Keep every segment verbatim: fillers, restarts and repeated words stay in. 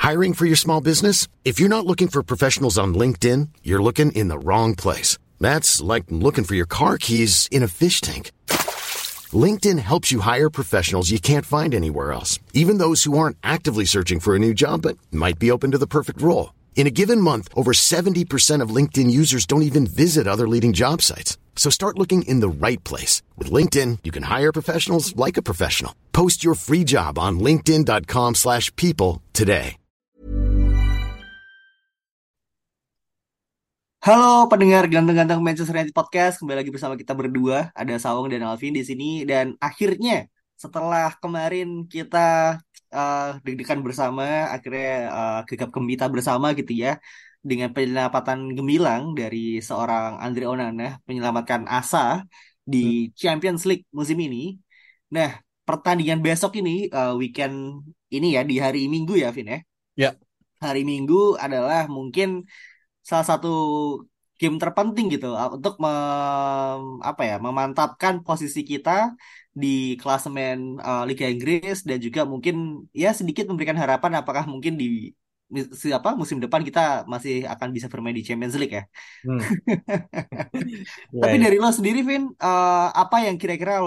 Hiring for your small business? If you're not looking for professionals on LinkedIn, you're looking in the wrong place. That's like looking for your car keys in a fish tank. LinkedIn helps you hire professionals you can't find anywhere else, even those who aren't actively searching for a new job but might be open to the perfect role. In a given month, over seventy percent of LinkedIn users don't even visit other leading job sites. So start looking in the right place. With LinkedIn, you can hire professionals like a professional. Post your free job on linkedin.com slash people today. Halo pendengar ganteng-ganteng Manchester United Podcast, kembali lagi bersama kita berdua, ada Sawung dan Alvin di sini. Dan akhirnya setelah kemarin kita uh, deg-degan bersama, akhirnya uh, gegap gempita bersama gitu ya, dengan penyelamatan gemilang dari seorang Andre Onana menyelamatkan asa Hmm. di Champions League musim ini. Nah, pertandingan besok ini, uh, weekend ini ya, di hari Minggu ya, Vin ya. Ya, Hari Minggu adalah mungkin salah satu game terpenting gitu uh, untuk mem- apa ya memantapkan posisi kita di klasemen uh, Liga Inggris, dan juga mungkin ya sedikit memberikan harapan apakah mungkin di mis- siapa musim depan kita masih akan bisa bermain di Champions League ya. hmm. Ya, Tapi ya. dari lo sendiri, Vin, uh, apa yang kira-kira lo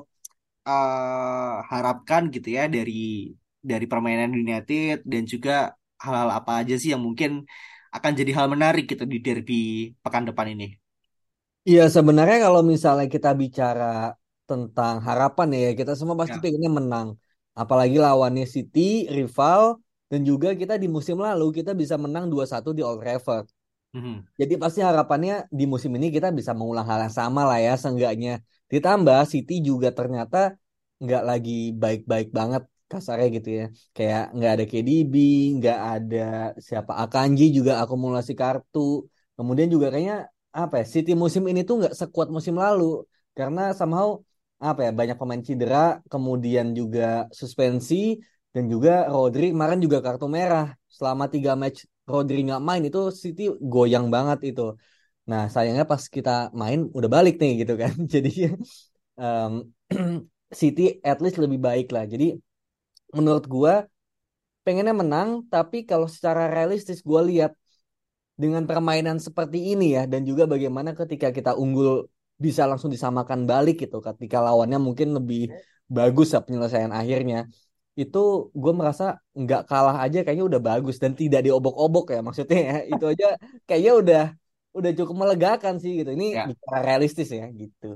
uh, harapkan gitu ya dari dari permainan United, dan juga hal-hal apa aja sih yang mungkin akan jadi hal menarik gitu di derby pekan depan ini. Iya, sebenarnya kalau misalnya kita bicara tentang harapan ya, kita semua pasti Ya. pengennya menang. Apalagi lawannya City, rival, dan juga kita di musim lalu kita bisa menang dua satu di Old Trafford. Mhm. Jadi pasti harapannya di musim ini kita bisa mengulang hal yang sama lah ya, seenggaknya. Ditambah City juga ternyata nggak lagi baik-baik banget kasarnya gitu ya. Kayak nggak ada K D B, nggak ada siapa Akanji juga akumulasi kartu. Kemudian juga kayaknya apa ya, City musim ini tuh nggak sekuat musim lalu karena somehow apa ya banyak pemain cedera, kemudian juga suspensi dan juga Rodri kemarin juga kartu merah. Selama tiga match Rodri nggak main itu City goyang banget itu. Nah sayangnya pas kita main udah balik nih gitu kan. Jadi em, City at least lebih baik lah. Jadi menurut gua pengennya menang, tapi kalau secara realistis gua lihat dengan permainan seperti ini ya, dan juga bagaimana ketika kita unggul bisa langsung disamakan balik gitu, ketika lawannya mungkin lebih bagus ya penyelesaian akhirnya. Itu gue merasa nggak kalah aja kayaknya udah bagus dan tidak diobok-obok ya maksudnya ya. Itu aja kayaknya udah udah cukup melegakan sih gitu. Ini Ya. bicara realistis ya gitu.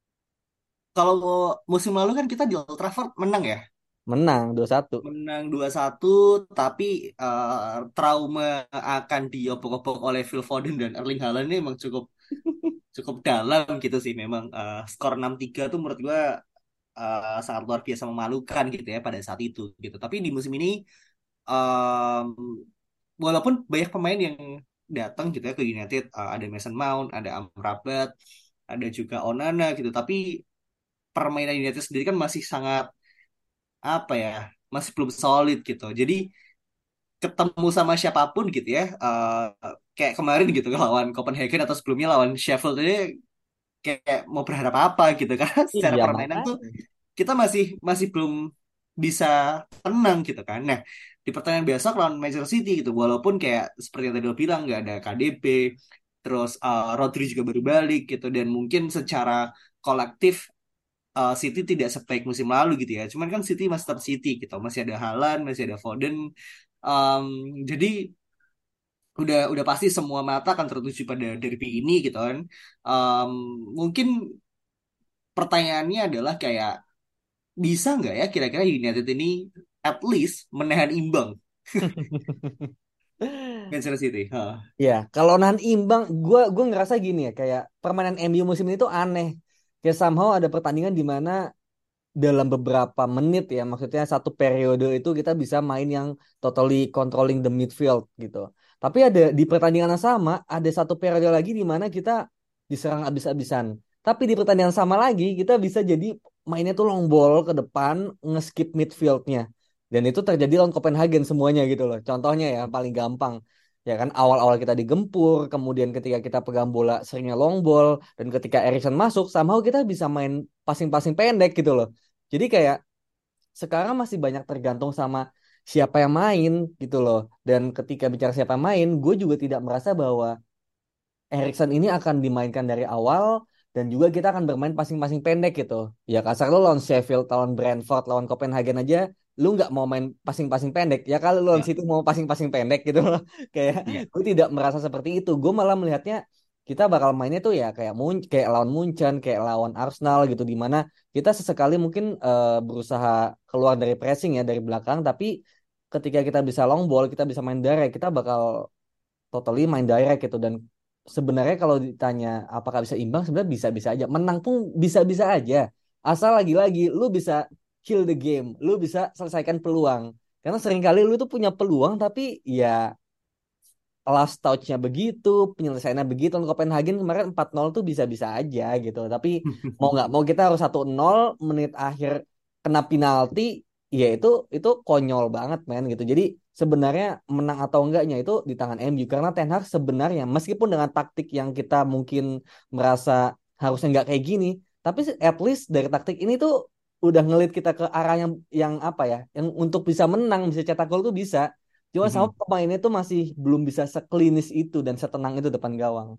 Kalau musim lalu kan kita di Old Trafford menang ya. Menang dua satu. Menang dua satu, tapi eh, trauma akan diopok-opok oleh Phil Foden dan Erling Haaland ini emang cukup cukup dalam gitu sih memang. Eh, skor enam tiga tuh menurut gua eh, sangat luar biasa memalukan gitu ya pada saat itu gitu. Tapi di musim ini em, walaupun banyak pemain yang datang gitu ya ke United, eh, ada Mason Mount, ada Amrabat, ada juga Onana gitu, tapi permainan United sendiri kan masih sangat apa ya, masih belum solid gitu. Jadi ketemu sama siapapun gitu ya, eh, kayak kemarin gitu lawan Copenhagen atau sebelumnya lawan Sheffield ini, kayak mau berharap apa gitu kan. Secara Iya permainan tuh makanya. kita masih masih belum bisa tenang gitu kan. Nah, di pertandingan besok lawan Manchester City gitu, walaupun kayak seperti yang tadi lo bilang nggak ada K D B, terus eh, Rodri juga baru balik gitu, dan mungkin secara kolektif eh, City tidak sebaik musim lalu gitu ya. Cuman kan City masih tetap City gitu, masih ada Haaland, masih ada Foden. Em, jadi udah udah pasti semua mata akan tertuju pada derby ini gitu kan. Em, mungkin pertanyaannya adalah kayak bisa nggak ya kira-kira United ini at least menahan imbang Manchester City. Hah. Ya, kalau nahan imbang, gue gue ngerasa gini ya, kayak permainan M U musim ini tuh aneh. Kayak somehow ada pertandingan di mana dalam beberapa menit ya, maksudnya satu periode itu kita bisa main yang totally controlling the midfield gitu. Tapi ada di pertandingan yang sama, ada satu periode lagi di mana kita diserang abis-abisan. Tapi di pertandingan sama lagi kita bisa jadi mainnya tuh long ball ke depan, nge-skip midfieldnya. Dan itu terjadi lawan Copenhagen semuanya gitu loh. Contohnya ya paling gampang. Ya kan awal-awal kita digempur, kemudian ketika kita pegang bola seringnya long ball, dan ketika Erikson masuk, somehow kita bisa main passing-passing pendek gitu loh. Jadi kayak sekarang masih banyak tergantung sama siapa yang main gitu loh. Dan ketika bicara siapa yang main, gue juga tidak merasa bahwa Erikson ini akan dimainkan dari awal dan juga kita akan bermain passing-passing pendek gitu. Ya kasar lo lawan Sheffield, lawan Brentford, lawan Copenhagen aja, lu nggak mau main passing-passing pendek. Ya kalau lawan Ya, situ mau passing-passing pendek gitu loh. Kayak ya. gue tidak merasa seperti itu. Gue malah melihatnya kita bakal mainnya tuh ya kayak Mun kayak lawan Munchen, kayak lawan Arsenal gitu di mana kita sesekali mungkin eh, berusaha keluar dari pressing ya dari belakang, tapi ketika kita bisa long ball, kita bisa main direct, kita bakal totally main direct gitu. Dan sebenarnya kalau ditanya apakah bisa imbang, sebenarnya bisa-bisa aja, menang pun bisa-bisa aja, asal lagi-lagi lu bisa kill the game, lu bisa selesaikan peluang, karena seringkali lu tuh punya peluang tapi ya last touch-nya begitu, penyelesaiannya begitu. Untuk Copenhagen kemarin empat nol tuh bisa-bisa aja gitu. Tapi mau nggak mau kita harus satu nol menit akhir kena penalti, ya itu itu konyol banget men gitu. Jadi sebenarnya menang atau enggaknya itu di tangan M U, karena Ten Hag sebenarnya meskipun dengan taktik yang kita mungkin merasa harusnya nggak kayak gini, tapi at least dari taktik ini tuh udah ngelit kita ke arah yang yang apa ya, yang untuk bisa menang, bisa cetak gol tuh bisa. Cuma sama pemainnya tuh masih belum bisa seklinis itu dan setenang itu depan gawang.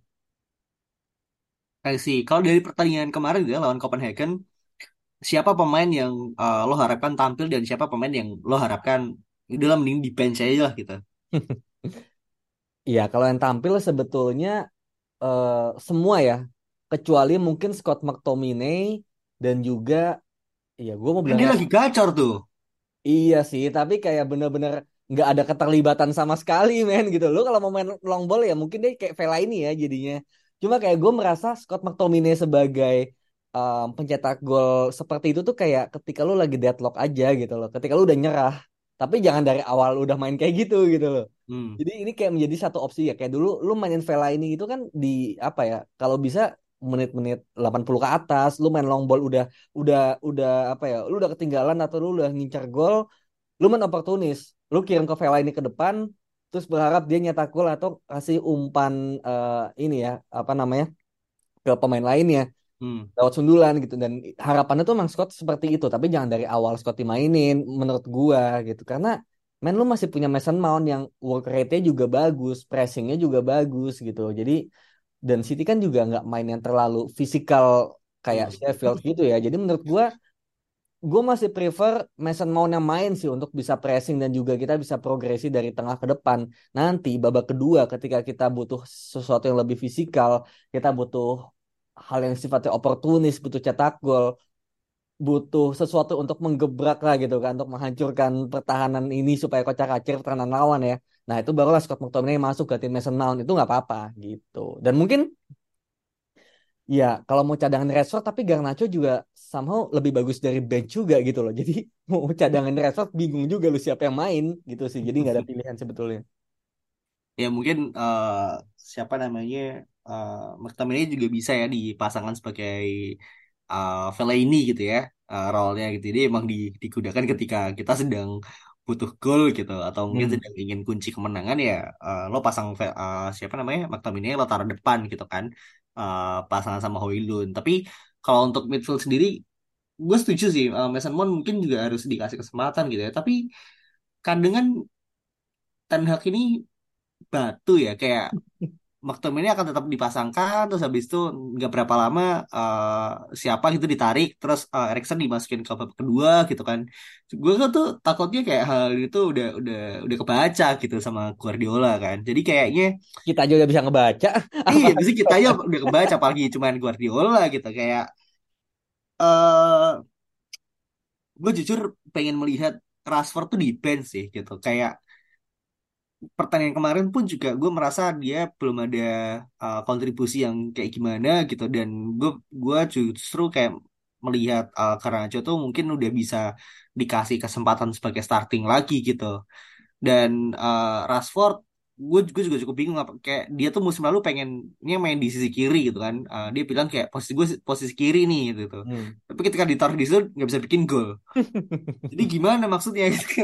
I see. Kalau dari pertandingan kemarin ya lawan Copenhagen, siapa pemain yang uh, lo harapkan tampil dan siapa pemain yang lo harapkan udah mending di bench aja lah gitu. Iya, kalau yang tampil sebetulnya eh, semua ya, kecuali mungkin Scott McTominay dan juga, iya gue mau Kan bilang dia lagi Rashford. gacor tuh. Iya sih, tapi kayak bener-bener nggak ada keterlibatan sama sekali, men gitu. Lu kalau mau main long ball ya mungkin dia kayak Vela ini ya jadinya. Cuma kayak gue merasa Scott McTominay sebagai um, pencetak gol seperti itu tuh kayak ketika lu lagi deadlock aja gitu loh. Ketika lu udah nyerah, tapi jangan dari awal udah main kayak gitu gitu loh. Hmm. Jadi ini kayak menjadi satu opsi ya. Kayak dulu lu mainin Vela ini itu kan di apa ya? Kalau bisa menit-menit delapan puluh ke atas, lu main long ball udah udah udah apa ya? Lu udah ketinggalan atau lu udah ngincar gol, lu main oportunis, lu kirim ke Vela ini ke depan, terus berharap dia nyetak gol atau kasih umpan eh, ini ya, apa namanya, ke pemain lainnya Hmm. lewat sundulan gitu. Dan harapannya tuh Mang Scott seperti itu, tapi jangan dari awal Scott dimainin menurut gua gitu, karena men lu masih punya Mason Mount yang work rate-nya juga bagus, pressingnya juga bagus gitu. Jadi dan City kan juga nggak main yang terlalu fisikal kayak Hmm. Sheffield gitu ya. Jadi menurut gua gue masih prefer Mason Mount yang main sih untuk bisa pressing dan juga kita bisa progresi dari tengah ke depan. Nanti babak kedua ketika kita butuh sesuatu yang lebih fisikal, kita butuh hal yang sifatnya oportunis, butuh cetak gol, butuh sesuatu untuk menggebrak lah gitu kan, untuk menghancurkan pertahanan ini supaya kocar-kacir pertahanan lawan ya. Nah itu barulah Scott McTominay masuk ke tim Mason Mount, itu nggak apa-apa gitu. Dan mungkin ya, kalau mau cadangan Rashford tapi Garnacho juga somehow lebih bagus dari bench juga gitu loh. Jadi mau cadangan Rashford bingung juga lu siapa yang main gitu sih. Jadi nggak ada pilihan sebetulnya. Ya mungkin eh, siapa namanya uh, McTominay juga bisa ya dipasangkan sebagai uh, Fellaini gitu ya, uh, role-nya gitu. Jadi emang di, digunakan ketika kita sedang butuh gol gitu atau mungkin Hmm. sedang ingin kunci kemenangan ya, uh, lo pasang Fe- uh, siapa namanya McTominay lo taruh depan gitu kan, uh, pasangan sama Højlund. Tapi kalau untuk midfield sendiri gue setuju sih, uh, Mason Mount mungkin juga harus dikasih kesempatan gitu ya. Tapi kadang Ten Hag ini batu ya, kayak McTominay akan tetap dipasangkan terus habis itu nggak berapa lama eh, siapa gitu ditarik terus eh, Erikson dimasukin ke babak kedua gitu kan. Gue kan tuh takutnya kayak hal itu udah udah udah kebaca gitu sama Guardiola kan, jadi kayaknya Kita aja udah bisa ngebaca. iya Apalagi mesti kita aja udah kebaca apalagi cuman Guardiola gitu kayak eh gue jujur pengen melihat Rashford tuh di bench sih gitu, kayak pertandingan kemarin pun juga gue merasa dia belum ada uh, kontribusi yang kayak gimana gitu, dan gue gue justru kayak melihat uh, Garnacho tuh mungkin udah bisa dikasih kesempatan sebagai starting lagi gitu. Dan uh, Rashford gue gue juga cukup bingung apa kayak dia tuh musim lalu pengennya main di sisi kiri gitu kan. Uh, dia bilang kayak posisi gue posisi kiri nih gitu tuh, Hmm. tapi ketika ditaruh di situ nggak bisa bikin gol, jadi gimana maksudnya gitu kan.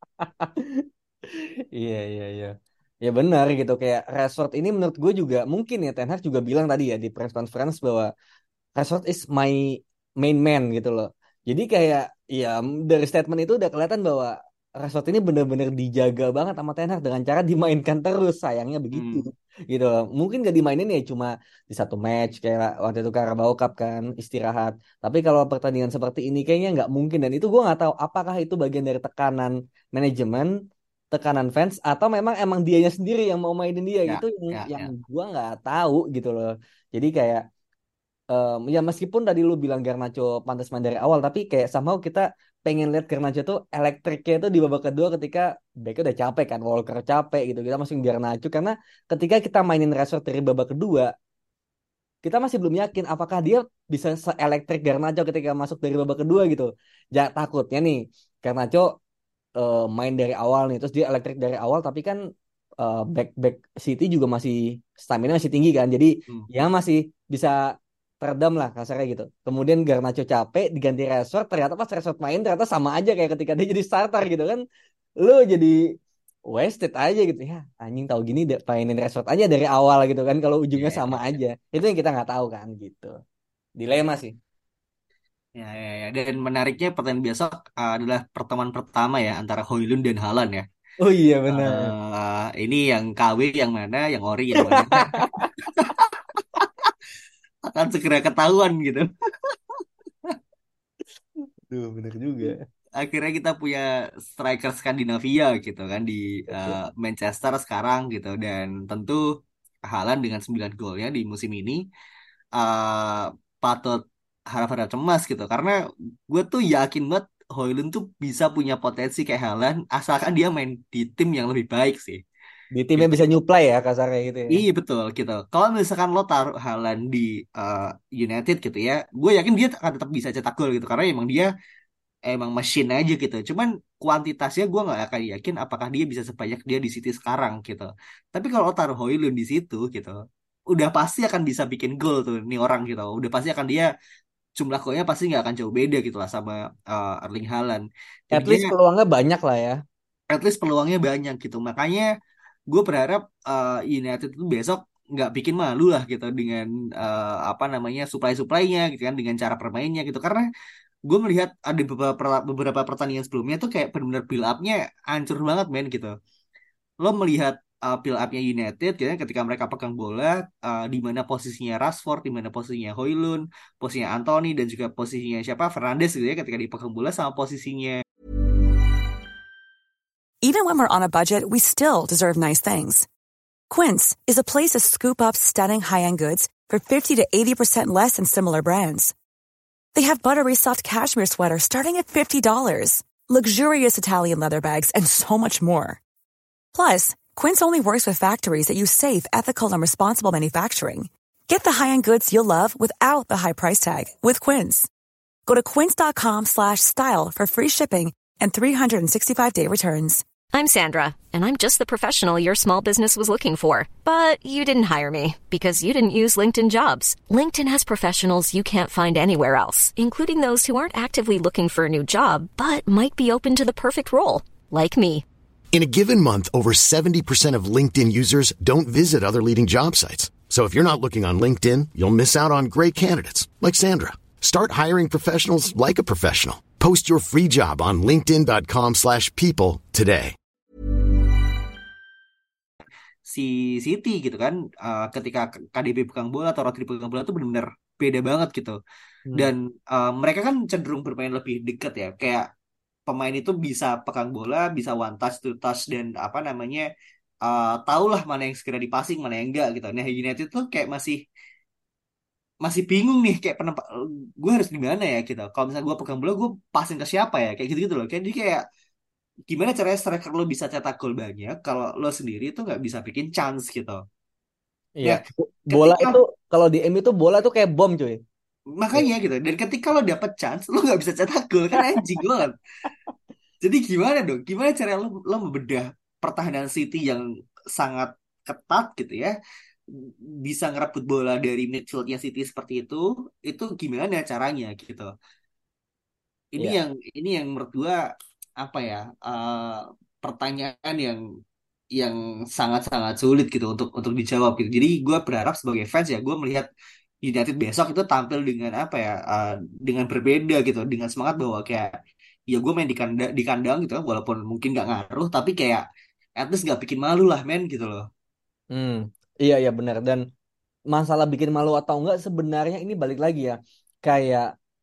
Iya, iya, iya. Ya benar gitu, kayak Rashford ini menurut gue juga mungkin ya Ten Hag juga bilang tadi ya di press conference bahwa Rashford is my main man gitu loh. Jadi kayak ya dari statement itu udah kelihatan bahwa Rashford ini bener-bener dijaga banget sama Ten Hag dengan cara dimainkan terus, sayangnya begitu Hmm. gitu loh. Mungkin gak dimainin ya cuma di satu match kayak waktu itu Carabao Cup kan istirahat. Tapi kalau pertandingan seperti ini kayaknya nggak mungkin, dan itu gue nggak tahu apakah itu bagian dari tekanan manajemen, tekanan fans, atau memang emang dianya sendiri yang mau mainin dia, Ya, itu yang ya, yang ya. gue nggak tahu gitu loh. Jadi kayak Em, ya meskipun tadi lu bilang Garnacho pantas main dari awal, tapi kayak somehow kita pengen lihat Garnacho tuh elektriknya itu di babak kedua ketika backnya udah capek kan, Walker capek gitu, kita masukin Garnacho karena ketika kita mainin Rashford dari babak kedua, kita masih belum yakin apakah dia bisa seelektrik Garnacho ketika masuk dari babak kedua gitu. Ya takutnya nih Garnacho eh, main dari awal nih, terus dia elektrik dari awal, tapi kan eh, back back City juga masih stamina masih tinggi kan, jadi Hmm. ya masih bisa teredam lah kasarnya gitu. Kemudian Garnacho capek diganti Rashford, ternyata pas Rashford main ternyata sama aja kayak ketika dia jadi starter gitu kan, lu jadi wasted aja gitu ya, anjing tahu gini deh mainin Rashford aja dari awal gitu kan kalau ujungnya Ya, sama ya, ya. aja, itu yang kita nggak tahu kan gitu, dilema sih. Ya, ya, ya. Dan menariknya pertandingan besok uh, adalah pertemuan pertama ya antara Højlund dan Haaland ya. Oh iya benar. Eh ini yang K W yang mana, yang ori yang mana akan segera ketahuan gitu. Duh benar juga. Akhirnya kita punya striker Skandinavia gitu kan di eh, Betul. Manchester sekarang gitu, dan tentu Haaland dengan sembilan golnya di musim ini eh patut harap-harap cemas gitu, karena gue tuh yakin banget Højlund tuh bisa punya potensi kayak Haaland asalkan dia main di tim yang lebih baik sih Di tim yang gitu. bisa nyuplai ya kasarnya gitu ya. Iya betul gitu. Kalau misalkan lo taruh Haaland di eh, United gitu ya, gue yakin dia akan tetap bisa cetak gol gitu karena emang dia emang mesin aja gitu. Cuman kuantitasnya gue nggak akan yakin apakah dia bisa sebanyak dia di City sekarang gitu. Tapi kalau lo taruh Højlund di situ gitu, udah pasti akan bisa bikin gol tuh nih orang gitu. Udah pasti akan dia jumlah golnya pasti nggak akan jauh beda gitu lah sama eh, Erling Haaland. At Jadinya least peluangnya banyak lah ya. at least peluangnya banyak gitu. Makanya gue berharap uh, United itu besok nggak bikin malu lah gitu dengan uh, apa namanya supply-supplynya gitu kan, dengan cara permainnya gitu. Karena gue melihat ada beberapa beberapa pertandingan sebelumnya tuh kayak benar-benar build up-nya hancur banget men gitu. Lo melihat uh, build up-nya United gitu kan, ketika mereka pegang bola, uh, di mana posisinya Rashford, di mana posisinya Højlund, posisinya Anthony, dan juga posisinya siapa Fernandes gitu ya ketika dipegang bola, sama posisinya. Even when we're on a budget, we still deserve nice things. Quince is a place to scoop up stunning high-end goods for fifty to eighty percent less than similar brands. They have buttery soft cashmere sweaters starting at fifty dollars, luxurious Italian leather bags, and so much more. Plus, Quince only works with factories that use safe, ethical, and responsible manufacturing. Get the high-end goods you'll love without the high price tag with Quince. Go to quince.com slash style for free shipping and three sixty-five day returns. I'm Sandra, and I'm just the professional your small business was looking for. But you didn't hire me because you didn't use LinkedIn Jobs. LinkedIn has professionals you can't find anywhere else, including those who aren't actively looking for a new job, but might be open to the perfect role, like me. In a given month, over seventy percent of LinkedIn users don't visit other leading job sites. So if you're not looking on LinkedIn, you'll miss out on great candidates like Sandra. Start hiring professionals like a professional. Post your free job on linkedin.com slash people today. Si City gitu kan, uh, ketika K D B pegang bola atau Rodri pegang bola tuh benar-benar beda banget gitu. Hmm. Dan uh, mereka kan cenderung bermain lebih dekat ya, kayak pemain itu bisa pegang bola, bisa one touch, two touch, dan apa namanya, uh, tahulah mana yang segera dipasing, mana yang enggak gitu. Nah United tuh kayak masih masih bingung nih, kayak penempat gue harus di mana ya gitu. Kalau misalnya gue pegang bola, gue passing ke siapa ya, kayak gitu-gitu loh. Kayak jadi kayak gimana caranya striker lo bisa cetak gol banyak kalau lo sendiri tuh nggak bisa bikin chance gitu. Iya. Nah, Bo- Bola ketika itu kalau di M U itu bola tuh kayak bom cuy. makanya gitu, dan ketika lo dapet chance lo nggak bisa cetak gol kan anjing banget. Jadi gimana dong? Gimana cara lo lo membedah pertahanan City yang sangat ketat gitu ya? Bisa ngerebut bola dari midfieldnya City seperti itu, itu gimana caranya gitu? Ini Iya. yang ini yang menurut gua apa ya? eh, pertanyaan yang yang sangat-sangat sulit gitu untuk untuk dijawab gitu. Jadi gue berharap sebagai fans ya gue melihat United besok itu tampil dengan apa ya, eh, dengan berbeda gitu, dengan semangat bahwa kayak ya gue main di kandang di kandang gitu kan, walaupun mungkin nggak ngaruh, tapi kayak at least nggak bikin malu lah men gitu loh. Hmm, iya iya benar. Dan masalah bikin malu atau enggak sebenarnya ini balik lagi ya. Kayak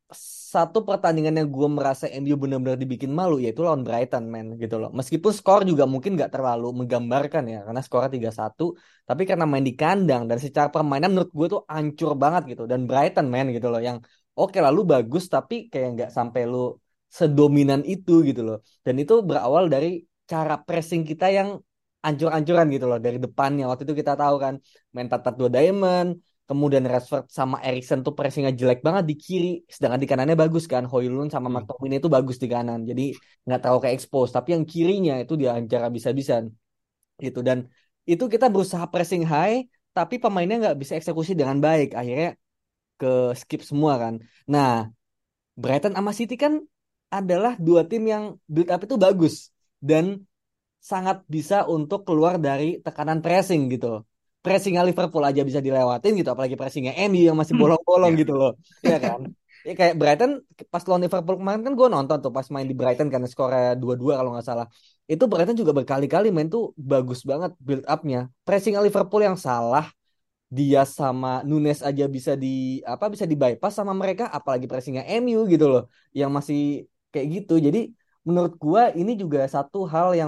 satu pertandingan yang gue merasa M U benar-benar dibikin malu yaitu lawan Brighton men gitu loh. Meskipun skor juga mungkin nggak terlalu menggambarkan ya karena skornya tiga satu, tapi karena main di kandang dan secara permainan menurut gue tuh hancur banget gitu. Dan Brighton men gitu loh yang oke lalu bagus tapi kayak nggak sampai lu sedominan itu gitu loh. Dan itu berawal dari cara pressing kita yang ancur-ancuran gitu loh dari depannya. Waktu itu kita tahu kan main empat empat dua diamond, kemudian Rashford sama Eriksen tuh pressingnya jelek banget di kiri, sedangkan di kanannya bagus kan. Højlund sama Hmm. McTominay itu bagus di kanan, jadi nggak terlalu ke expose. Tapi yang kirinya itu dia ancar habis-habisan gitu. Dan itu kita berusaha pressing high, tapi pemainnya nggak bisa eksekusi dengan baik. Akhirnya ke skip semua kan. Nah, Brighton sama City kan adalah dua tim yang build up itu bagus dan sangat bisa untuk keluar dari tekanan pressing gitu. Pressingnya Liverpool aja bisa dilewatin gitu, apalagi pressingnya M U yang masih Hmm. bolong-bolong Ya. gitu loh. Iya kan? Ya kayak Brighton pas lawan Liverpool kemarin kan gue nonton tuh pas main di Brighton karena skornya dua dua kalau nggak salah. Itu Brighton juga berkali-kali main tuh bagus banget build up-nya. Pressingnya Liverpool yang salah, dia sama Nunes aja bisa di apa bisa di bypass sama mereka, apalagi pressingnya M U gitu loh yang masih kayak gitu. Jadi menurut gua ini juga satu hal yang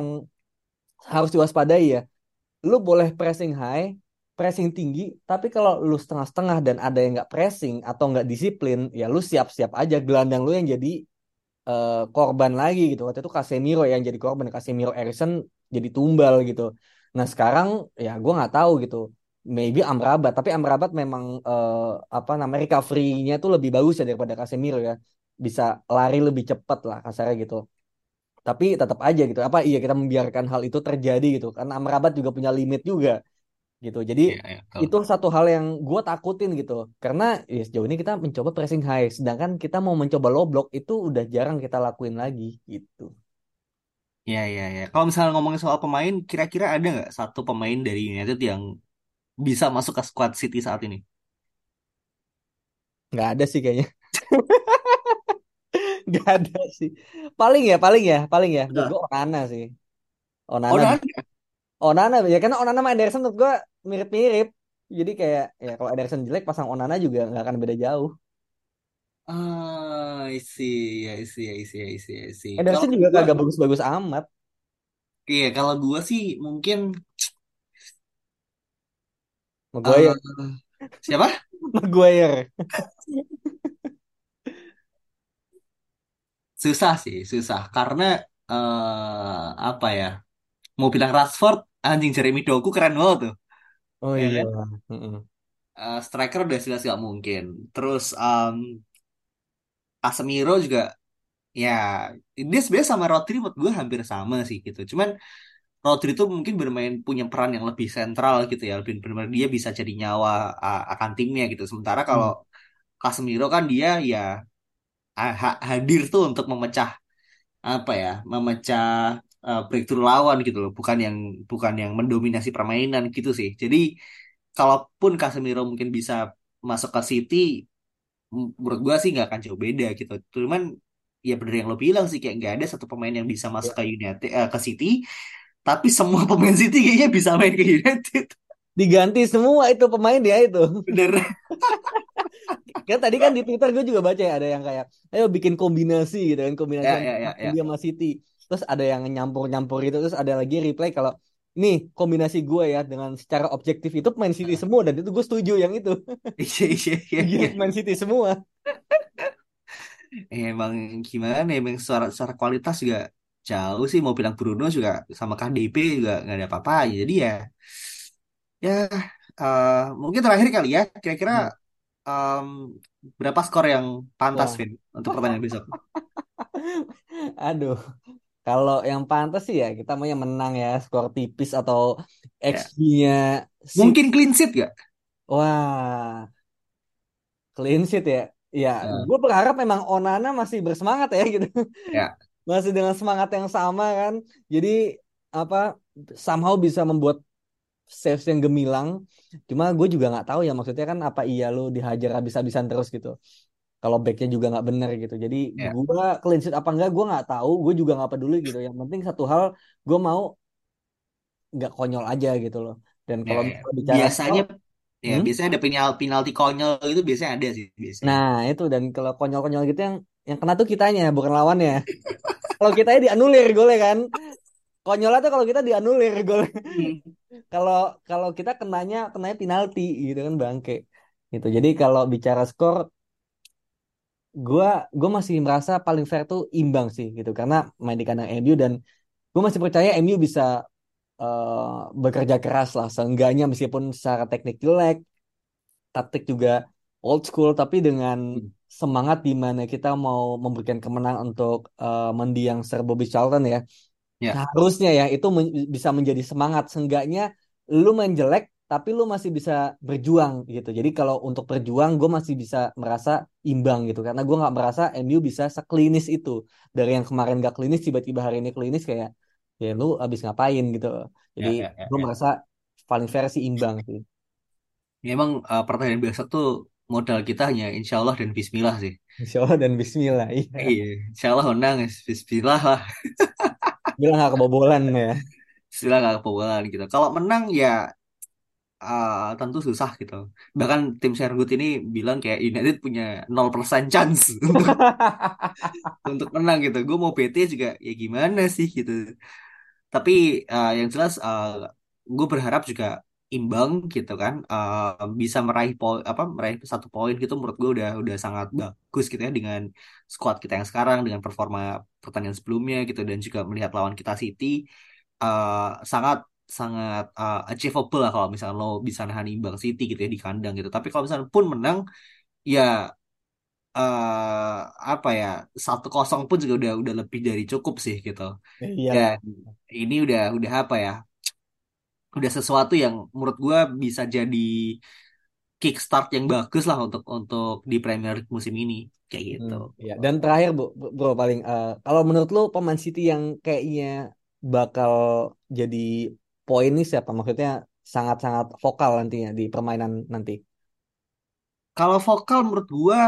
harus diwaspadai ya. Lu boleh pressing high, pressing tinggi, tapi kalau lu setengah-setengah dan ada yang nggak pressing atau nggak disiplin, ya lu siap-siap aja gelandang lu yang jadi eh, korban lagi gitu. Waktu itu Casemiro yang jadi korban, Casemiro Eriksen jadi tumbal gitu. Nah sekarang ya gue nggak tahu gitu. Maybe Amrabat, tapi Amrabat memang eh, apa namanya recovery-nya tuh lebih bagus ya daripada Casemiro ya. Bisa lari lebih cepat lah kasarnya gitu. Tapi tetap aja gitu. Apa iya kita membiarkan hal itu terjadi gitu. Karena Amrabat juga punya limit juga gitu. Jadi Ya, ya, betul. itu satu hal yang gue takutin gitu. Karena ya sejauh ini kita mencoba pressing high, sedangkan kita mau mencoba low block itu udah jarang kita lakuin lagi gitu. Ya, ya, ya. Kalau misalnya ngomongin soal pemain, kira-kira ada nggak satu pemain dari United yang bisa masuk ke squad City saat ini? Nggak ada sih kayaknya. Nggak ada sih. Paling ya, paling ya, paling ya. Menurut Udah. gue Onana sih. Oh, Onana, udah ada. Onana ya karena Onana sama Ederson menurut gue mirip-mirip. Jadi kayak ya kalau Ederson jelek pasang Onana juga nggak akan beda jauh. Ah, I see, I see, I see, I see, I see. Kalau Ederson juga gua, kagak bagus-bagus amat. iya, kalau gua sih mungkin Maguire, eh siapa? Maguire. Susah sih, susah. Karena eh apa ya? Mau bilang Rashford, anjing Jeremy Doku keren banget tuh, Oh ya iya. kan? Mm-mm. Eh, striker udah jelas gak mungkin. Terus um, Casemiro juga, ya dia sebenarnya sama Rodri menurut gue hampir sama sih gitu. Cuman Rodri itu mungkin bermain punya peran yang lebih sentral gitu ya, lebih benar dia bisa jadi nyawa uh, akan timnya gitu. Sementara kalau Hmm. Casemiro kan dia ya ah, ha- hadir tuh untuk memecah apa ya, memecah uh, breakthrough lawan gitu loh, bukan yang bukan yang mendominasi permainan gitu sih. Jadi kalaupun Casemiro mungkin bisa masuk ke City, m- menurut gua sih nggak akan jauh beda gitu. Cuman ya bener yang lo bilang sih, kayak nggak ada satu pemain yang bisa masuk ke United eh, ke City, tapi semua pemain City kayaknya bisa main ke United. Diganti semua itu pemain dia itu. Bener. Kan tadi kan di Twitter gue juga baca ya ada yang kayak ayo bikin kombinasi gitu kan kombinasi Ya, ya, antara ya, M U ya. sama City. Terus ada yang nyampur-nyampur itu terus ada lagi reply kalau nih kombinasi gue ya dengan secara objektif itu pemain City semua dan itu gue setuju yang itu. Iya, iya, iya, Iya iya. pemain City semua. Eh, Emang gimana ya, emang secara, secara kualitas juga jauh sih. Mau bilang Bruno juga sama K D P juga nggak ada apa-apa. Jadi ya, ya eh, mungkin terakhir kali ya. Kira-kira Hmm. em, berapa skor yang pantas, Wah, Vin, untuk pertandingan besok? aduh. Kalau yang pantas sih ya kita mau yang menang ya skor tipis atau Ya, X G-nya City. mungkin clean sheet gak? Wah, clean sheet ya. Ya, Eh, gue berharap memang Onana masih bersemangat ya gitu. ya, Masih dengan semangat yang sama kan. Jadi apa somehow bisa membuat saves yang gemilang. Cuma gue juga nggak tahu ya maksudnya kan apa iya lu dihajar habis-habisan terus gitu. kalau backnya juga nggak bener gitu. Jadi Ya. gue clean sheet apa enggak gue nggak tahu, gue juga nggak peduli gitu. Yang penting satu hal, gue mau nggak konyol aja gitu loh. Dan Ya, kalau ya. misalnya bicara skor, Biasanya ya hmm? biasanya ada penal penalti konyol itu biasanya ada sih biasanya. Nah itu, dan kalau konyol-konyol gitu yang yang kena tuh kitanya bukan lawannya. Kalau kitanya dianulir golnya kan. Konyolnya tuh kalau kita dianulir gol. Hmm. Kalau kalau kita kenanya kenanya penalti gitu kan bangke. Gitu. Jadi kalau bicara skor, gua gua masih merasa paling fair tuh imbang sih gitu karena main di kandang M U, dan gue masih percaya M U bisa eh, bekerja keras lah seenggaknya, meskipun secara teknik jelek, taktik juga old school, tapi dengan semangat di mana kita mau memberikan kemenangan untuk eh, mendiang Sir Bobby Charlton ya. Ya, Seharusnya ya itu men- bisa menjadi semangat, seenggaknya lu main jelek tapi lu masih bisa berjuang gitu. Jadi kalau untuk berjuang gue masih bisa merasa imbang gitu karena gue nggak merasa M U bisa seklinis itu. Dari yang kemarin gak klinis tiba-tiba hari ini klinis, kayak ya lu abis ngapain gitu. Jadi ya, ya, ya, gue ya. merasa paling fair sih imbang sih. Memang uh, pertandingan besok tuh modal kita hanya insya Allah dan Bismillah sih. Insya Allah dan Bismillah, iya. Iya, insya Allah menang ya. Bismillah lah. Bilang gak kebobolan ya. Bismillah nggak kebobolan gitu. Kalau menang ya uh, tentu susah gitu. Bahkan tim Sherwood ini bilang kayak United punya nol persen chance untuk untuk menang gitu. Gue mau B T juga ya gimana sih gitu. Tapi uh, yang jelas uh, gue berharap juga imbang gitu kan. Uh, bisa meraih poin apa meraih satu poin gitu menurut gue udah udah sangat bagus gitu ya dengan squad kita yang sekarang dengan performa pertandingan sebelumnya gitu dan juga melihat lawan kita City uh, sangat sangat uh, achievable lah kalau misalnya lo bisa nahan imbang City gitu ya di kandang gitu. Tapi kalau misalnya pun menang ya eh apa ya satu kosong pun juga udah udah lebih dari cukup sih gitu. Iyalah. Dan ini udah udah apa ya udah sesuatu yang menurut gua bisa jadi kickstart yang bagus lah untuk untuk di Premier League musim ini kayak Hmm, gitu. ya. Dan terakhir bu, bu- bro paling eh, kalau menurut lu pemain City yang kayaknya bakal jadi poin nih siapa? Maksudnya sangat-sangat vokal nantinya di permainan nanti. Kalau vokal menurut gua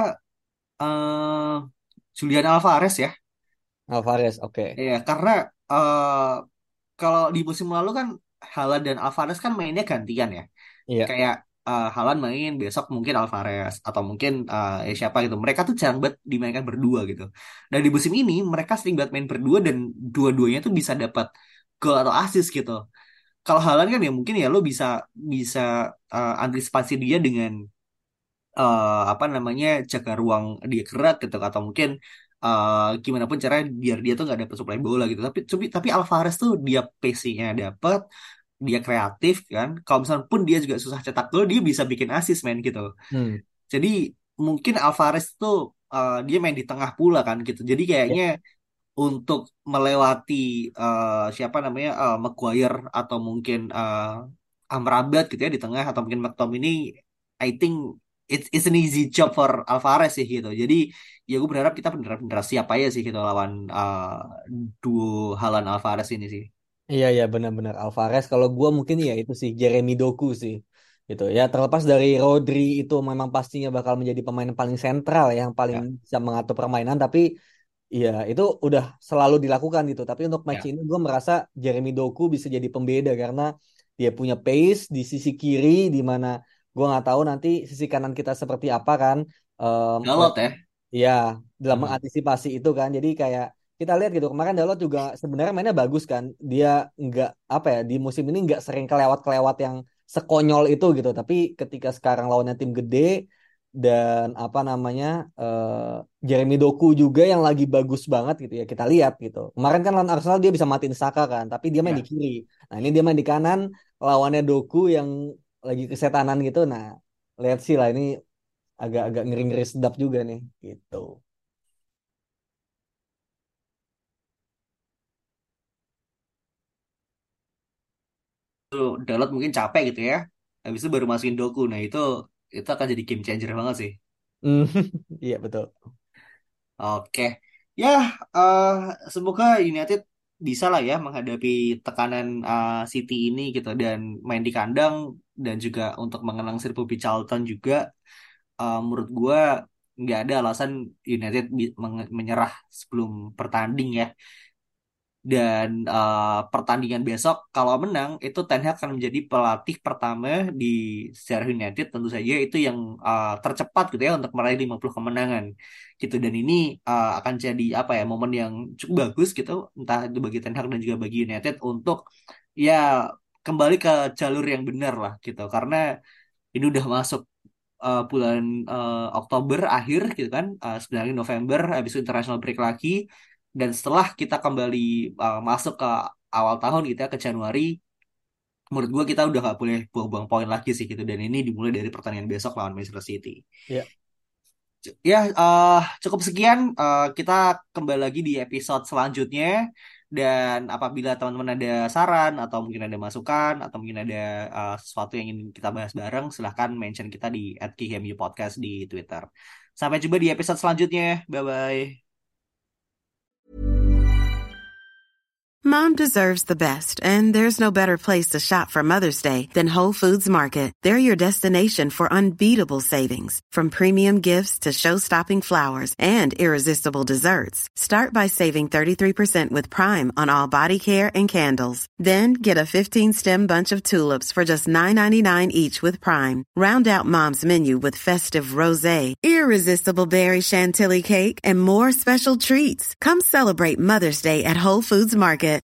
eh Julian Alvarez ya. Alvarez, oke. Ya karena eh kalau di musim lalu kan Haaland dan Alvarez kan mainnya gantian ya. Iya. Kayak uh, Haaland main besok mungkin Alvarez atau mungkin uh, ya siapa gitu. Mereka tuh jarang banget dimainkan berdua gitu. Dan di musim ini mereka sering banget main berdua dan dua-duanya tuh bisa dapat gol atau assist gitu. Kalau Haaland kan ya mungkin ya lo bisa bisa uh, antisipasi dia dengan uh, apa namanya jaga ruang dia gerak gitu atau mungkin uh, gimana pun caranya biar dia tuh nggak dapat supply bola gitu. Tapi tapi, tapi Alvarez tuh dia pacingnya dapat dia kreatif kan. Kalau misalnya pun dia juga susah cetak gol, dia bisa bikin assist main gitu. Hmm. Jadi mungkin Alvarez tuh uh, dia main di tengah pula kan gitu. Jadi Ya. kayaknya untuk melewati uh, siapa namanya uh, Maguire atau mungkin uh, Amrabat gitu ya di tengah atau mungkin McTominay, I think it's, it's an easy job for Alvarez sih gitu. Jadi ya gue berharap kita bener-bener siap aja sih gitu lawan uh, duo Haaland Alvarez ini sih. Iya ya benar-benar Alvarez. Kalau gua mungkin ya itu sih Jeremy Doku sih. Gitu ya, terlepas dari Rodri itu memang pastinya bakal menjadi pemain paling sentral ya, yang paling Ya, bisa mengatur permainan, tapi iya, itu udah selalu dilakukan gitu. Tapi untuk match ya, ini gue merasa Jeremy Doku bisa jadi pembeda karena dia punya pace di sisi kiri, di mana gue nggak tahu nanti sisi kanan kita seperti apa kan. Em, Dalot ya. Ya, dalam Hmm. mengantisipasi itu kan. Jadi kayak kita lihat gitu kemarin Dalot juga sebenarnya mainnya bagus kan. Dia nggak apa ya di musim ini nggak sering kelewat-kelewat yang sekonyol itu gitu. Tapi ketika sekarang lawannya tim gede dan apa namanya eh, Jeremy Doku juga yang lagi bagus banget gitu ya kita lihat gitu. Kemarin kan lawan Arsenal dia bisa matiin Saka kan, tapi dia main di Ya. kiri. Nah ini dia main di kanan, lawannya Doku yang lagi kesetanan gitu. Nah lihat sih lah ini agak-agak ngeri-ngeri sedap juga nih gitu. Tuh Dalot mungkin capek gitu ya. Habis itu baru masukin Doku. Nah itu itu akan jadi game changer banget sih. Hmm, iya betul. Oke. Ya, eh semoga United bisa lah ya menghadapi tekanan eh, City ini gitu dan main di kandang dan juga untuk mengenang Sir Bobby Charlton juga eh, menurut gua nggak ada alasan United bi- menge- menyerah sebelum bertanding ya. Dan uh, pertandingan besok kalau menang itu Ten Hag akan menjadi pelatih pertama di sejarah United, tentu saja itu yang uh, tercepat gitu ya untuk meraih lima puluh kemenangan gitu. Dan ini uh, akan jadi apa ya, momen yang cukup bagus gitu, entah itu bagi Ten Hag dan juga bagi United untuk ya kembali ke jalur yang benar lah gitu. Karena ini udah masuk uh, bulan uh, Oktober akhir gitu kan, uh, sebenarnya November habis itu international break lagi, dan setelah kita kembali uh, masuk ke awal tahun gitu ya, ke Januari, menurut gue kita udah gak boleh buang-buang poin lagi sih gitu, dan ini dimulai dari pertandingan besok lawan Manchester City. Ya. Ya, uh, cukup sekian. Uh, kita kembali lagi di episode selanjutnya. Dan apabila teman-teman ada saran atau mungkin ada masukan atau mungkin ada uh, sesuatu yang ingin kita bahas bareng, silahkan mention kita di at k h m u podcast di Twitter. Sampai jumpa di episode selanjutnya. Bye-bye. Mom deserves the best, and there's no better place to shop for Mother's Day than Whole Foods Market. They're your destination for unbeatable savings, from premium gifts to show-stopping flowers and irresistible desserts. Start by saving thirty-three percent with Prime on all body care and candles. Then get a fifteen-stem bunch of tulips for just nine ninety-nine each with Prime. Round out Mom's menu with festive rosé, irresistible berry chantilly cake, and more special treats. Come celebrate Mother's Day at Whole Foods Market.